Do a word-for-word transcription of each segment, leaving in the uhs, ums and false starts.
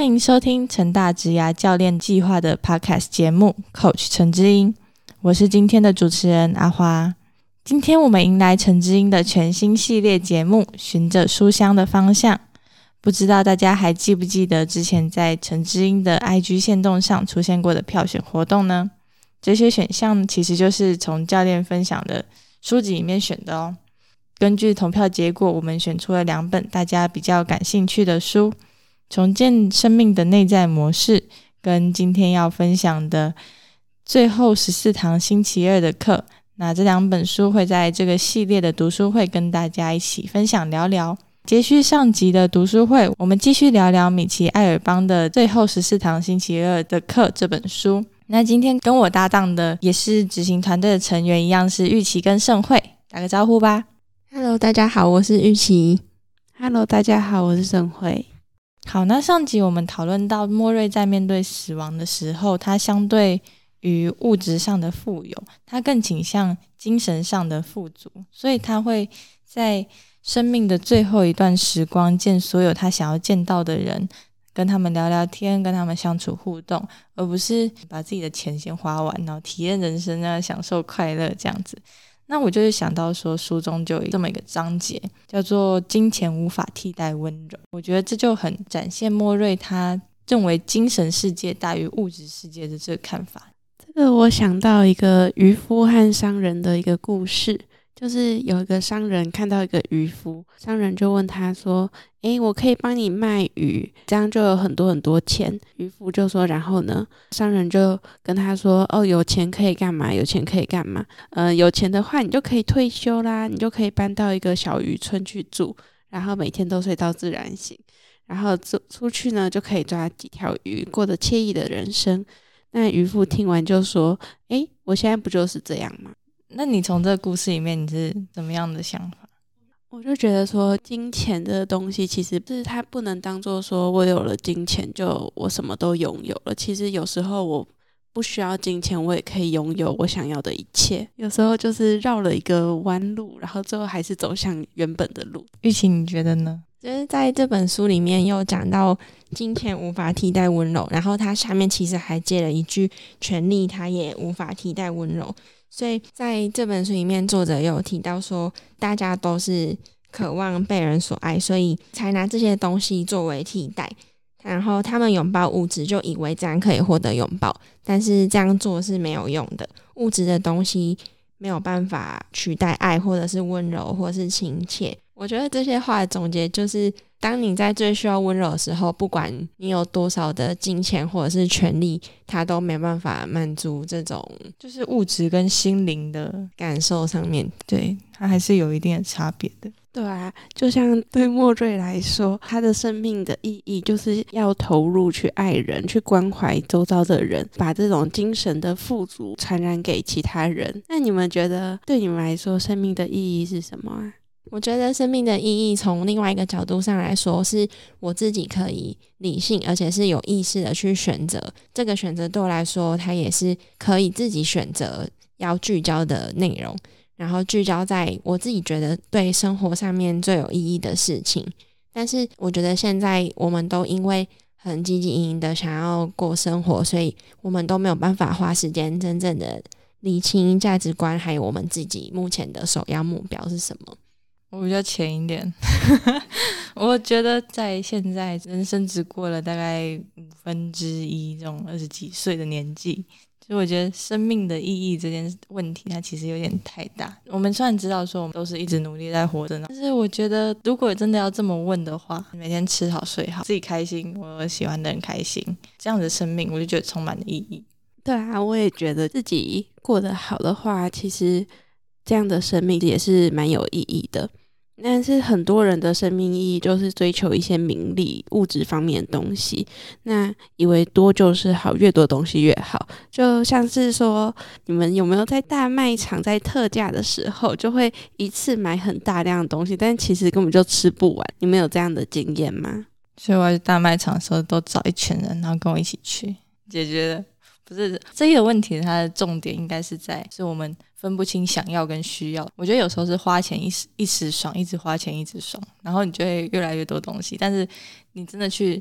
欢迎收听成大职涯教练计划的 Podcast 节目 Coach 陈之英，我是今天的主持人阿花。今天我们迎来陈之英的全新系列节目循着书香的方向。不知道大家还记不记得之前在陈之英的 I G 限动上出现过的票选活动呢？这些选项其实就是从教练分享的书籍里面选的哦。根据投票结果，我们选出了两本大家比较感兴趣的书，重建生命的内在模式跟今天要分享的最后十四堂星期二的课。那这两本书会在这个系列的读书会跟大家一起分享聊聊。接续上集的读书会，我们继续聊聊米奇艾尔邦的最后十四堂星期二的课这本书。那今天跟我搭档的也是执行团队的成员，一样是玉琪跟盛慧，打个招呼吧。 Hello 大家好，我是玉琪。 Hello 大家好，我是盛慧。 好，那上集我们讨论到莫瑞在面对死亡的时候，他相对于物质上的富有，他更倾向精神上的富足，所以他会在生命的最后一段时光见所有他想要见到的人，跟他们聊聊天，跟他们相处互动，而不是把自己的钱先花完，然后体验人生啊，享受快乐这样子。那我就是想到说，书中就有这么一个章节叫做金钱无法替代温柔，我觉得这就很展现莫瑞他认为精神世界大于物质世界的这个看法。 这个我想到一个渔夫和商人的一个故事，就是有一个商人看到一个渔夫，商人就问他说，诶，我可以帮你卖鱼，这样就有很多很多钱。渔夫就说然后呢？商人就跟他说，哦，有钱可以干嘛？有钱可以干嘛？呃，有钱的话你就可以退休啦，你就可以搬到一个小渔村去住，然后每天都睡到自然醒，然后出去呢就可以抓几条鱼，过得惬意的人生。那渔夫听完就说，诶，我现在不就是这样吗？ 那你从这个故事里面你是怎么样的想法？ 我就觉得说，金钱的东西其实是它不能当作说我有了金钱就我什么都拥有了。其实有时候我不需要金钱，我也可以拥有我想要的一切。有时候就是绕了一个弯路，然后最后还是走向原本的路。 玉琪你觉得呢？ 就是在这本书里面有讲到金钱无法替代温柔，然后它下面其实还接了一句，权力它也无法替代温柔。所以在这本书里面，作者有提到说，大家都是渴望被人所爱，所以才拿这些东西作为替代。然后他们拥抱物质，就以为这样可以获得拥抱，但是这样做是没有用的。物质的东西没有办法取代爱，或者是温柔，或者是亲切。我觉得这些话的总结就是，当你在最需要温柔的时候，不管你有多少的金钱或者是权利，它都没办法满足这种就是物质跟心灵的感受上面， 对，它还是有一定的差别的。 对啊，就像对莫瑞来说，他的生命的意义就是要投入去爱人，去关怀周遭的人，把这种精神的富足传染给其他人。那你们觉得对你们来说生命的意义是什么啊？ 我觉得生命的意义从另外一个角度上来说，是我自己可以理性而且是有意识的去选择，这个选择对我来说它也是可以自己选择要聚焦的内容，然后聚焦在我自己觉得对生活上面最有意义的事情。但是我觉得现在我们都因为很积极营营的想要过生活，所以我们都没有办法花时间真正的理清价值观，还有我们自己目前的首要目标是什么。 我比较浅一点我觉得在现在人生只过了大概五分之一这种二十几岁的年纪，所以我觉得生命的意义这件问题它其实有点太大。我们虽然知道说我们都是一直努力在活着，但是我觉得如果真的要这么问的话，每天吃好睡好，自己开心，我喜欢的人开心，这样的生命我就觉得充满了意义。 对啊，我也觉得自己过得好的话，其实这样的生命也是蛮有意义的。但是很多人的生命意义就是追求一些名利物质方面的东西，那以为多就是好，越多东西越好。就像是说，你们有没有在大卖场在特价的时候就会一次买很大量的东西，但其实根本就吃不完？你们有这样的经验吗？ 所以我在大卖场的时候都找一群人，然后跟我一起去解决的。不是这一个问题，它的重点应该是在是我们分不清想要跟需要。我觉得有时候是花钱一时一时爽，一直花钱一直爽，然后你就会越来越多东西，但是你真的去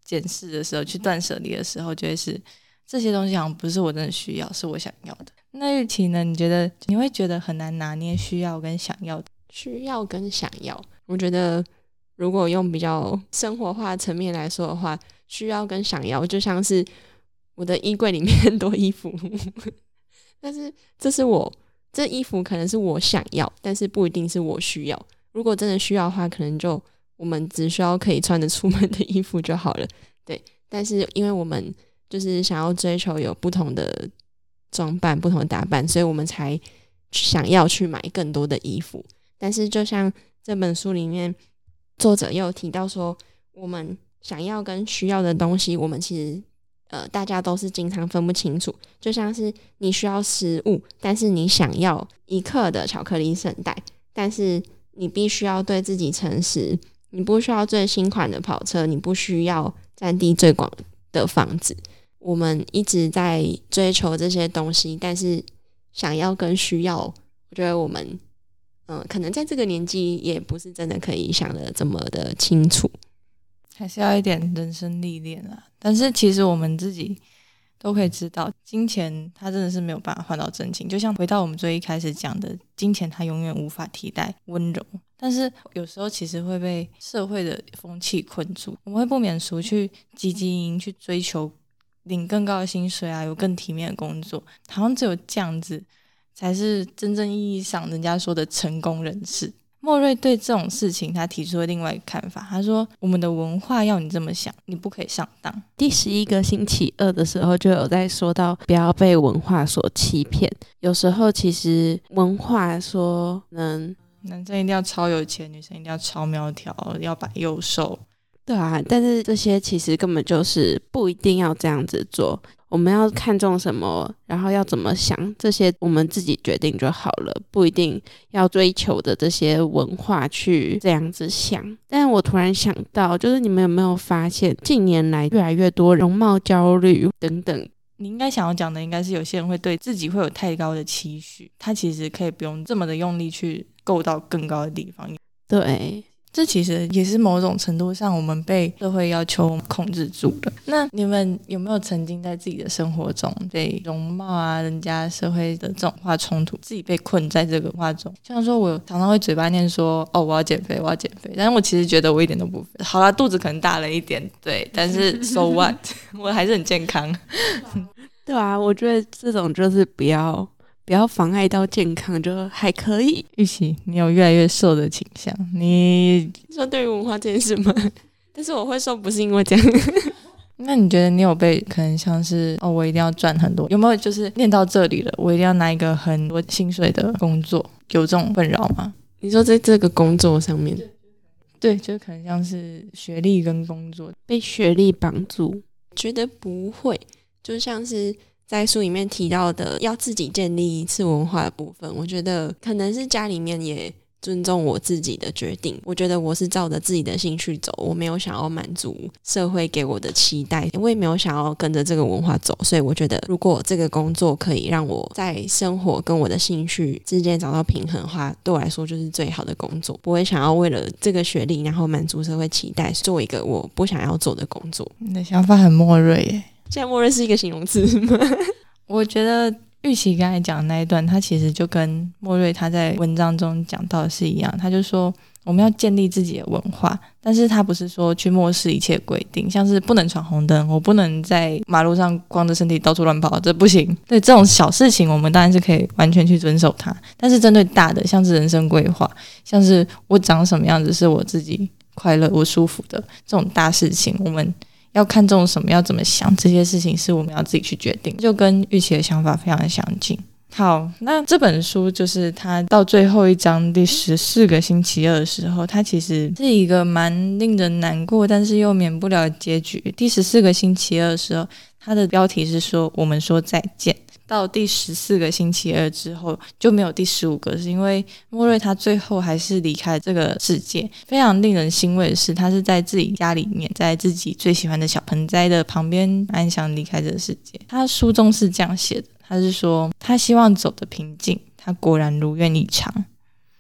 检视的时候，去断舍离的时候，就会是这些东西好像不是我真的需要，是我想要的。那玉琪呢？你觉得你会觉得很难拿捏需要跟想要的？ 需要跟想要，我觉得如果用比较生活化层面来说的话，需要跟想要就像是我的衣柜里面很多衣服但是这是我这衣服可能是我想要，但是不一定是我需要。如果真的需要的话，可能就我们只需要可以穿得出门的衣服就好了。对，但是因为我们就是想要追求有不同的装扮、不同的打扮，所以我们才想要去买更多的衣服。但是就像这本书里面作者又提到说，我们想要跟需要的东西，我们其实呃大家都是经常分不清楚。就像是你需要食物，但是你想要一克的巧克力圣代，但是你必须要对自己诚实，你不需要最新款的跑车，你不需要占地最广的房子。我们一直在追求这些东西，但是想要跟需要，我觉得我们嗯、呃，可能在这个年纪也不是真的可以想得这么的清楚， 还是要一点人生历练啊。但是其实我们自己都可以知道，金钱它真的是没有办法换到真情。就像回到我们最一开始讲的，金钱它永远无法替代温柔，但是有时候其实会被社会的风气困住，我们会不免俗去汲汲营营去追求领更高的薪水啊，有更体面的工作，好像只有这样子才是真正意义上人家说的成功人士。莫瑞对这种事情他提出了另外一个看法，他说我们的文化要你这么想，你不可以上当。 第十一个星期二的时候就有在说到不要被文化所欺骗，有时候其实文化说能男生一定要超有钱，女生一定要超苗条，要白又瘦， 对啊，但是这些其实根本就是不一定要这样子做，我们要看重什么，然后要怎么想，这些我们自己决定就好了，不一定要追求的这些文化去这样子想。但我突然想到，就是你们有没有发现近年来越来越多容貌焦虑等等， 你应该想要讲的应该是有些人会对自己会有太高的期许，他其实可以不用这么的用力去够到更高的地方。 对， 这其实也是某种程度上我们被社会要求控制住的。那你们有没有曾经在自己的生活中被容貌啊、人家社会的这种文化冲突，自己被困在这个文化中？像说我常常会嘴巴念说哦我要减肥我要减肥，但是我其实觉得我一点都不肥，好啦肚子可能大了一点，对，但是 so what 我还是很健康对啊，我觉得这种就是不要不要妨碍到健康就还可以。 玉琪，你有越来越瘦的倾向，你说对于文化这件事吗？但是我会瘦不是因为这样那你觉得你有被可能像是哦我一定要赚很多，有没有就是念到这里了我一定要拿一个很多薪水的工作，有这种困扰吗？ 你说在这个工作上面？ 对，就可能像是学历跟工作被学历绑住。 觉得不会，就像是在书里面提到的要自己建立次文化的部分，我觉得可能是家里面也尊重我自己的决定，我觉得我是照着自己的兴趣走，我没有想要满足社会给我的期待，我也没有想要跟着这个文化走，所以我觉得如果这个工作可以让我在生活跟我的兴趣之间找到平衡的话，对我来说就是最好的工作，不会想要为了这个学历然后满足社会期待做一个我不想要做的工作。 你的想法很莫瑞耶。 现在默认是一个形容词吗？ 我觉得玉琪刚才讲的那一段，他其实就跟莫瑞他在文章中讲到的是一样，他就说我们要建立自己的文化，但是他不是说去漠视一切规定，像是不能闯红灯，我不能在马路上光着身体到处乱跑，这不行。对，这种小事情我们当然是可以完全去遵守它，但是针对大的，像是人生规划，像是我长什么样子是我自己快乐我舒服的这种大事情，我们要看重什么，要怎么想，这些事情是我们要自己去决定，就跟玉琪的想法非常的相近。好，那这本书就是它到最后一章第十四个星期二的时候，它其实是一个蛮令人难过但是又免不了的结局。第十四个星期二的时候，它的标题是说我们说再见，到第十四个星期二之后就没有第十五个，是因为莫瑞他最后还是离开这个世界。非常令人欣慰的是，他是在自己家里面，在自己最喜欢的小盆栽的旁边安详离开这个世界。他书中是这样写的，他是说他希望走得平静，他果然如愿以偿。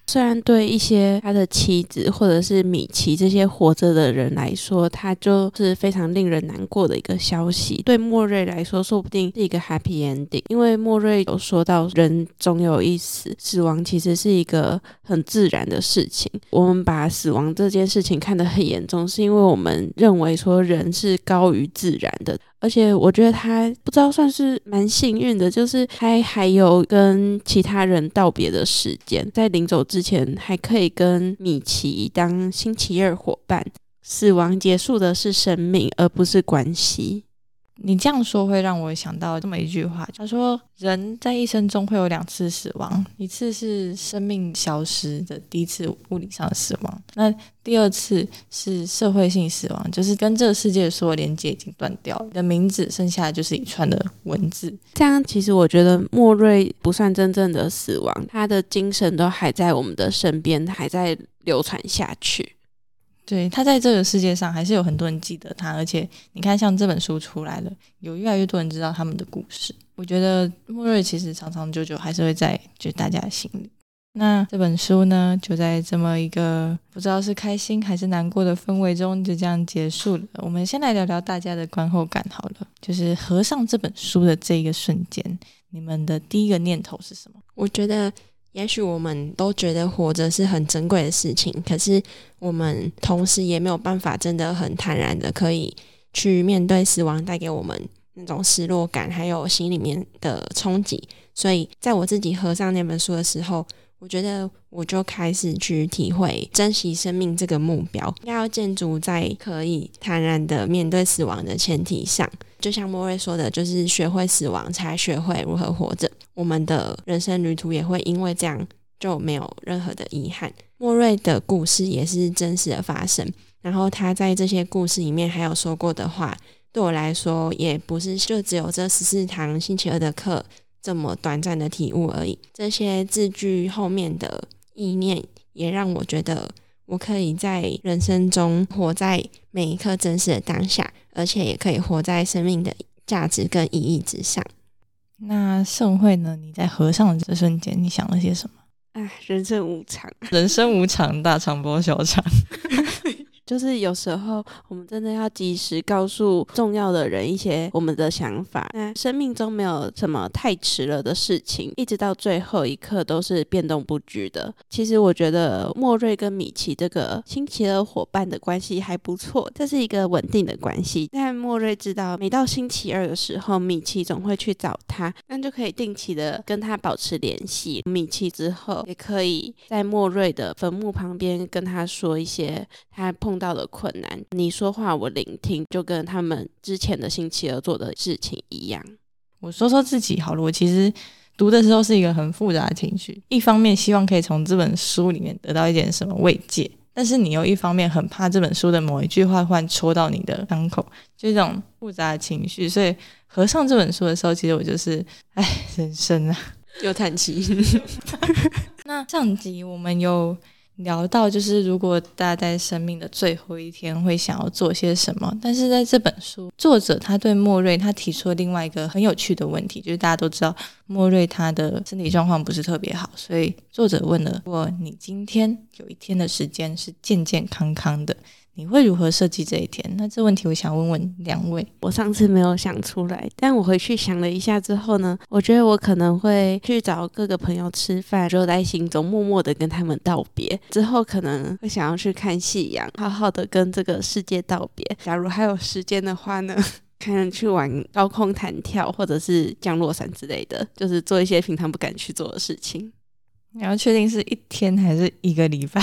虽然对一些他的妻子或者是米奇这些活着的人来说，他就是非常令人难过的一个消息，对莫瑞来说说不定是一个 happy ending， 因为莫瑞有说到人终有一死，死亡其实是一个很自然的事情。我们把死亡这件事情看得很严重，是因为我们认为说人是高于自然的，而且我觉得他不知道算是蛮幸运的，就是他还有跟其他人道别的时间，在临走之前还可以跟米奇当星期二伙伴。死亡结束的是生命，而不是关系。 你这样说会让我想到这么一句话，他说人在一生中会有两次死亡，一次是生命消失的第一次物理上的死亡，那第二次是社会性死亡，就是跟这个世界的所有连接已经断掉了，你的名字剩下的就是一串的文字。 这样其实我觉得莫瑞不算真正的死亡，他的精神都还在我们的身边，还在流传下去。 对，他在这个世界上还是有很多人记得他，而且你看像这本书出来了，有越来越多人知道他们的故事。我觉得莫瑞其实长长久久还是会在就大家的心里。那这本书呢，就在这么一个不知道是开心还是难过的氛围中就这样结束了。我们先来聊聊大家的观后感好了，就是合上这本书的这一个瞬间，你们的第一个念头是什么？ 我觉得也许我们都觉得活着是很珍贵的事情，可是我们同时也没有办法真的很坦然的可以去面对死亡带给我们那种失落感还有心里面的冲击。所以在我自己合上那本书的时候，我觉得我就开始去体会珍惜生命这个目标应该要建筑在可以坦然的面对死亡的前提上。就像莫瑞说的，就是学会死亡才学会如何活着，我们的人生旅途也会因为这样就没有任何的遗憾。莫瑞的故事也是真实的发生，然后他在这些故事里面还有说过的话，对我来说也不是就只有这十四堂星期二的课这么短暂的体悟而已。这些字句后面的意念也让我觉得我可以在人生中活在每一刻真实的当下，而且也可以活在生命的价值跟意义之上。 那盛慧呢？你在合上的这瞬间你想了些什么？ 唉，人生无常， 人生无常，大肠包小肠。 就是有时候我们真的要及时告诉重要的人一些我们的想法。那生命中没有什么太迟了的事情，一直到最后一刻都是变动不居的。其实我觉得莫瑞跟米奇这个星期二伙伴的关系还不错，这是一个稳定的关系。但莫瑞知道每到星期二的时候，米奇总会去找他，那就可以定期的跟他保持联系。米奇之后也可以在莫瑞的坟墓旁边跟他说一些他碰到的困难，你说话我聆听，就跟他们之前的星期二做的事情一样。 我说说自己好了，我其实读的时候是一个很复杂的情绪，一方面希望可以从这本书里面得到一点什么慰藉，但是你又一方面很怕这本书的某一句话忽然戳到你的伤口，就这种复杂的情绪。所以合上这本书的时候，其实我就是唉，人生啊， 又叹气。 那上集我们有聊到就是如果大家在生命的最后一天会想要做些什么，但是在这本书作者他对莫瑞他提出了另外一个很有趣的问题，就是大家都知道莫瑞他的身体状况不是特别好，所以作者问了，如果你今天有一天的时间是健健康康的，你会如何设计这一天？那这问题我想问问两位。 我上次没有想出来，但我回去想了一下之后呢，我觉得我可能会去找各个朋友吃饭，就在心中默默的跟他们道别，之后可能会想要去看夕阳，好好的跟这个世界道别。假如还有时间的话呢，可能去玩高空弹跳或者是降落伞之类的，就是做一些平常不敢去做的事情。 你要确定是一天还是一个礼拜？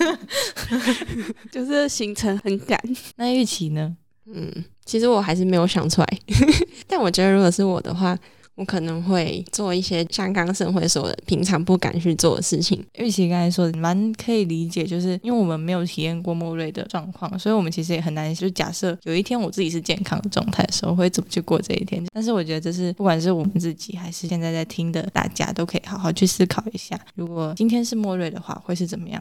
就是行程很赶。 那预期呢？ 嗯，其实我还是没有想出来。但我觉得如果是我的话，我可能会做一些像刚刚盛慧说的平常不敢去做的事情。 玉琪刚才说的蛮可以理解，就是因为我们没有体验过莫瑞的状况，所以我们其实也很难就假设有一天我自己是健康的状态的时候会怎么去过这一天。但是我觉得这是不管是我们自己还是现在在听的大家都可以好好去思考一下，如果今天是莫瑞的话会是怎么样子。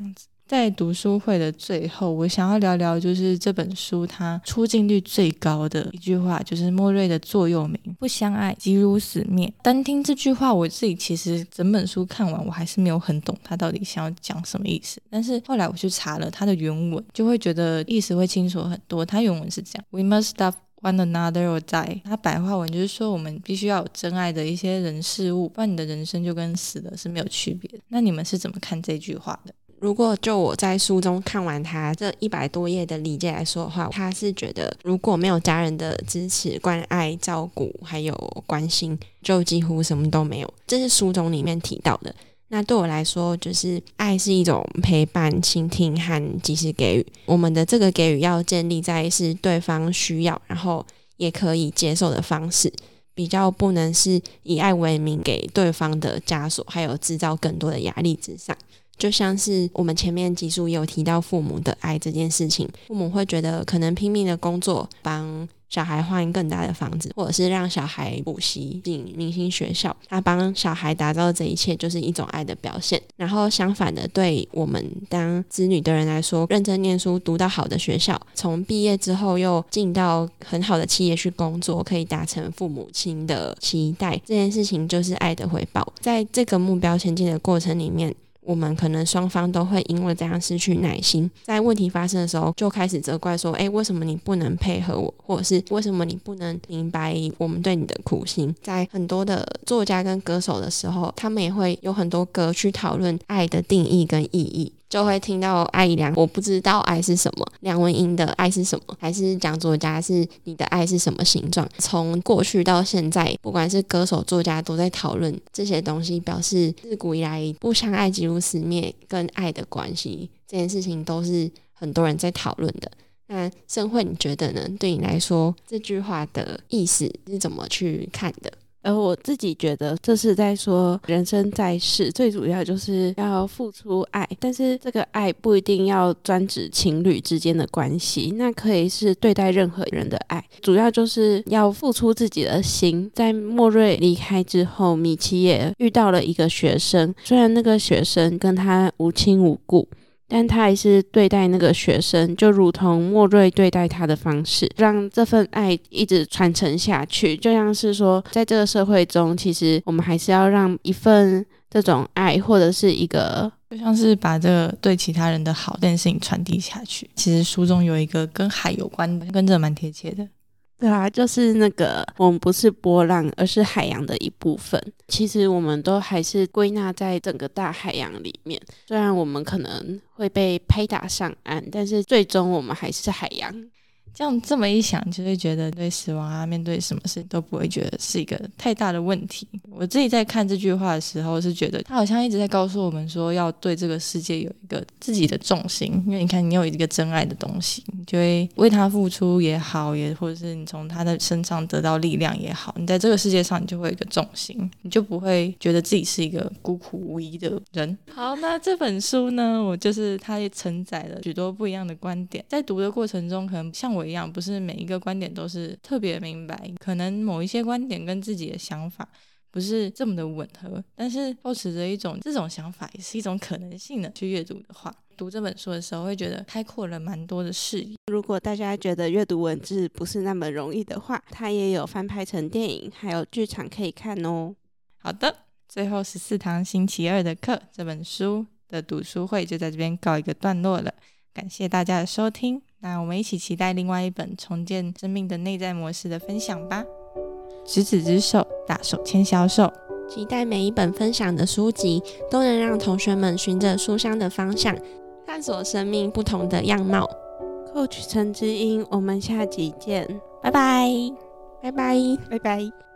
在读书会的最后，我想要聊聊就是这本书它出镜率最高的一句话，就是莫瑞的座右铭，不相爱即如死灭。单听这句话，我自己其实整本书看完我还是没有很懂他到底想要讲什么意思，但是后来我去查了他的原文，就会觉得意思会清楚很多。他原文是这样 We must stop one another or die， 它白话文就是说我们必须要有真爱的一些人事物，不然你的人生就跟死了是没有区别的。那你们是怎么看这句话的？ 如果就我在书中看完他这一百多页的理解来说的话，他是觉得如果没有家人的支持、关爱、照顾还有关心，就几乎什么都没有，这是书中里面提到的。那对我来说，就是爱是一种陪伴、倾听和及时给予，我们的这个给予要建立在是对方需要然后也可以接受的方式，比较不能是以爱为名给对方的枷锁还有制造更多的压力之上。就像是我们前面集数也有提到父母的爱这件事情，父母会觉得可能拼命的工作帮小孩换更大的房子，或者是让小孩补习进明星学校，他帮小孩打造这一切就是一种爱的表现。然后相反的，对我们当子女的人来说，认真念书读到好的学校，从毕业之后又进到很好的企业去工作，可以达成父母亲的期待，这件事情就是爱的回报。在这个目标前进的过程里面，我们可能双方都会因为这样失去耐心，在问题发生的时候就开始责怪说，诶，为什么你不能配合我，或者是为什么你不能明白我们对你的苦心。在很多的作家跟歌手的时候，他们也会有很多歌去讨论爱的定义跟意义，就会听到艾怡良我不知道爱是什么，梁文音的爱是什么，还是讲作家是你的爱是什么形状。从过去到现在，不管是歌手作家都在讨论这些东西，表示自古以来不相爱即如死灭跟爱的关系，这件事情都是很多人在讨论的。那盛慧你觉得呢？对你来说这句话的意思是怎么去看的？ 而我自己觉得这是在说人生在世最主要就是要付出爱，但是这个爱不一定要专指情侣之间的关系，那可以是对待任何人的爱，主要就是要付出自己的心。在莫瑞离开之后，米奇也遇到了一个学生，虽然那个学生跟他无亲无故，但他还是对待那个学生就如同莫瑞对待他的方式，让这份爱一直传承下去。就像是说在这个社会中，其实我们还是要让一份这种爱或者是一个就像是把这个对其他人的好这件事情传递下去。其实书中有一个跟海有关的，跟这蛮贴切的。 对啊，就是那个我们不是波浪，而是海洋的一部分。其实我们都还是归纳在整个大海洋里面，虽然我们可能会被拍打上岸，但是最终我们还是海洋。 这样这么一想，就会觉得对死亡啊，面对什么事都不会觉得是一个太大的问题。我自己在看这句话的时候，是觉得他好像一直在告诉我们说，要对这个世界有一个自己的重心。因为你看，你有一个真爱的东西，你就会为他付出也好，也或者是你从他的身上得到力量也好，你在这个世界上你就会有一个重心，你就不会觉得自己是一个孤苦无依的人。好，那这本书呢，我就是它也承载了许多不一样的观点，在读的过程中，可能像我一样，不是每一个观点都是特别明白，可能某一些观点跟自己的想法不是这么的吻合，但是抱持着一种这种想法也是一种可能性的去阅读的话，读这本书的时候会觉得开阔了蛮多的视野。 如果大家觉得阅读文字不是那么容易的话，它也有翻拍成电影还有剧场可以看哦。 好的，最后十四堂星期二的课，这本书的读书会就在这边告一个段落了。感谢大家的收听，那我们一起期待另外一本重建生命的内在模式的分享吧。执子之手，大手牵小手， 期待每一本分享的书籍都能让同学们循着书香的方向，探索生命不同的样貌。 Coach 陈之英，我们下集见， 拜拜，拜拜， 拜拜。